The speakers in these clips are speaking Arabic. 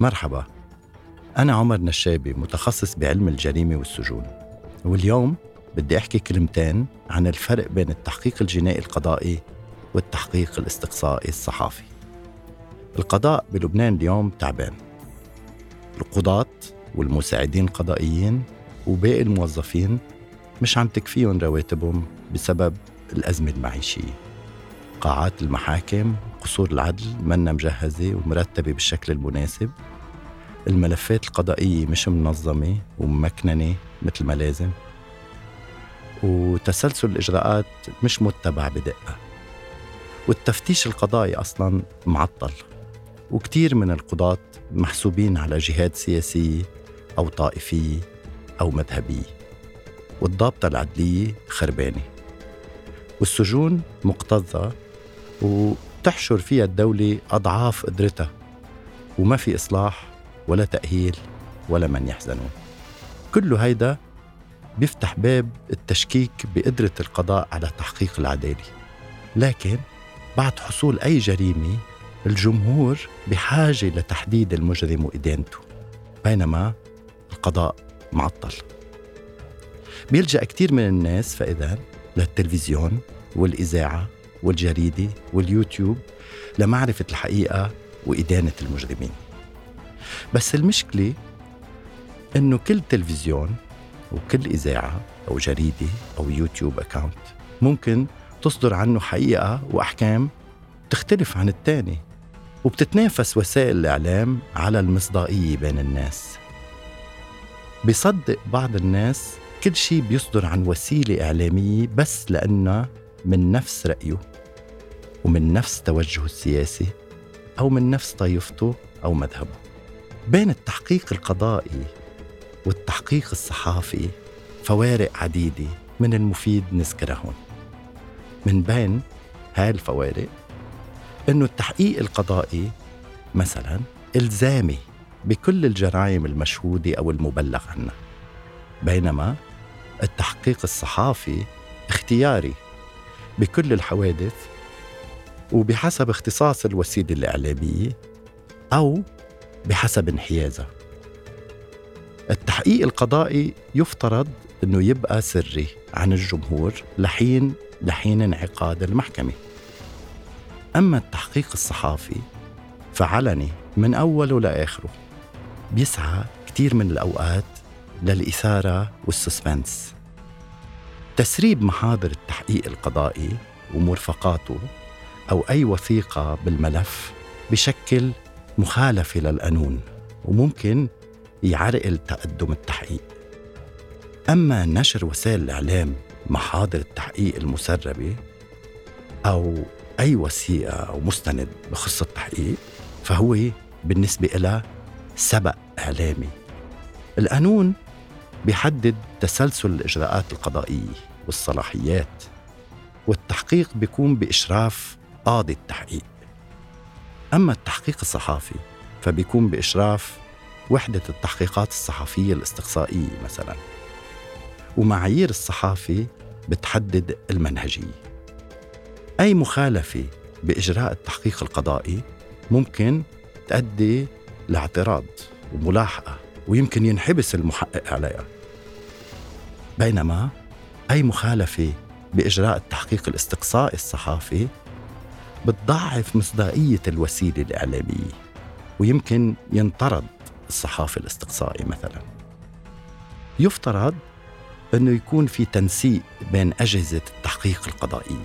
مرحبا، أنا عمر نشابي، متخصص بعلم الجريمة والسجون. واليوم بدي أحكي كلمتين عن الفرق بين التحقيق الجنائي القضائي والتحقيق الاستقصائي الصحافي. القضاء بلبنان اليوم تعبان. القضاة والمساعدين القضائيين وباقي الموظفين مش عم تكفيهم رواتبهم بسبب الأزمة المعيشية. قاعات المحاكم قصور العدل منا مجهزة ومرتبة بالشكل المناسب. الملفات القضائية مش منظمة وممكننة مثل ما لازم، وتسلسل الإجراءات مش متبع بدقة، والتفتيش القضائي أصلاً معطل، وكتير من القضاة محسوبين على جهات سياسية أو طائفية أو مذهبية، والضابطة العدلية خربانة، والسجون مكتظة وتحشر فيها الدولة أضعاف قدرتها، وما في إصلاح ولا تأهيل ولا من يحزنون. كل هيدا بيفتح باب التشكيك بقدرة القضاء على تحقيق العدالة. لكن بعد حصول أي جريمة الجمهور بحاجة لتحديد المجرم وإدانته، بينما القضاء معطل. بيلجأ كتير من الناس فإذا للتلفزيون والإذاعة والجريدة واليوتيوب لمعرفة الحقيقة وإدانة المجرمين. بس المشكلة إنه كل تلفزيون وكل إذاعة أو جريدة أو يوتيوب أكاونت ممكن تصدر عنه حقيقة وأحكام تختلف عن التاني، وبتتنافس وسائل الإعلام على المصداقية بين الناس. بيصدق بعض الناس كل شيء بيصدر عن وسيلة إعلامية بس لأنه من نفس رأيه ومن نفس توجهه السياسي أو من نفس طائفته أو مذهبه. بين التحقيق القضائي والتحقيق الصحافي فوارق عديدة من المفيد نذكرهن. من بين هاي الفوارق إنه التحقيق القضائي مثلاً إلزامي بكل الجرائم المشهودة أو المبلغ عنها، بينما التحقيق الصحافي اختياري بكل الحوادث وبحسب اختصاص الوسيلة الإعلامية أو بحسب انحيازها. التحقيق القضائي يفترض أنه يبقى سري عن الجمهور لحين انعقاد المحكمة. أما التحقيق الصحافي فعلني من أوله لآخره، بيسعى كتير من الأوقات للإثارة والسسبنس. تسريب محاضر التحقيق القضائي ومرفقاته أو أي وثيقة بالملف بشكل مخالفة للقانون وممكن يعرقل تقدم التحقيق. أما نشر وسائل الإعلام محاضر التحقيق المسربة أو أي وثيقة أو مستند بخص التحقيق فهو بالنسبة إلى سبق إعلامي. القانون بيحدد تسلسل الإجراءات القضائية والصلاحيات، والتحقيق بيكون بإشراف قاضي التحقيق. أما التحقيق الصحافي فبيكون بإشراف وحدة التحقيقات الصحفية الاستقصائية مثلا، ومعايير الصحافي بتحدد المنهجية. أي مخالفة بإجراء التحقيق القضائي ممكن تؤدي لاعتراض وملاحقة ويمكن ينحبس المحقق عليها، بينما أي مخالفة بإجراء التحقيق الاستقصائي الصحافي بتضعف مصداقية الوسيلة الإعلامية ويمكن ينطرد الصحافي الاستقصائي مثلا. يفترض أنه يكون في تنسيق بين أجهزة التحقيق القضائية،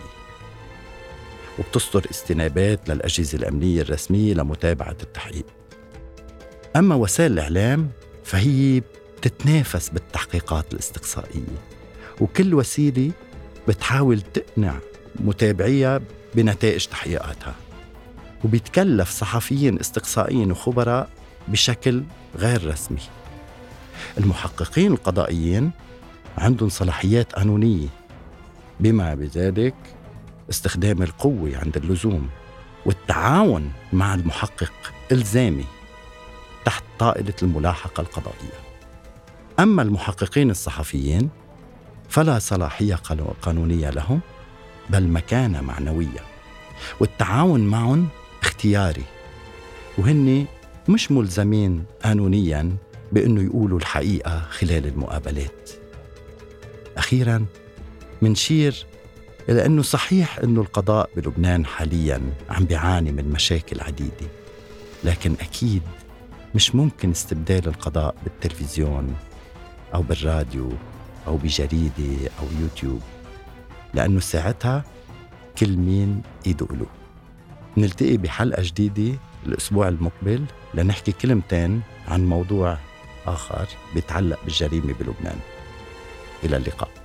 وبتصدر استنابات للأجهزة الأمنية الرسمية لمتابعة التحقيق. أما وسائل الإعلام فهي بتتنافس بالتحقيقات الاستقصائية، وكل وسيلة بتحاول تقنع متابعيها بنتائج تحقيقاتها، وبيتكلف صحفيين استقصائيين وخبراء بشكل غير رسمي. المحققين القضائيين عندهم صلاحيات قانونية، بما بذلك استخدام القوة عند اللزوم، والتعاون مع المحقق إلزامي تحت طائلة الملاحقة القضائية. أما المحققين الصحفيين فلا صلاحية قانونية لهم، بل مكانة معنوية، والتعاون معهم اختياري، وهن مش ملزمين قانونياً بأنه يقولوا الحقيقة خلال المقابلات. أخيراً منشير إلى أنه صحيح أنه القضاء بلبنان حالياً عم بيعاني من مشاكل عديدة، لكن أكيد مش ممكن استبدال القضاء بالتلفزيون أو بالراديو أو بجريدة أو يوتيوب، لأنه ساعتها كل مين إيده قلوب. نلتقي بحلقة جديدة الأسبوع المقبل لنحكي كلمتين عن موضوع آخر بيتعلق بالجريمة بلبنان. إلى اللقاء.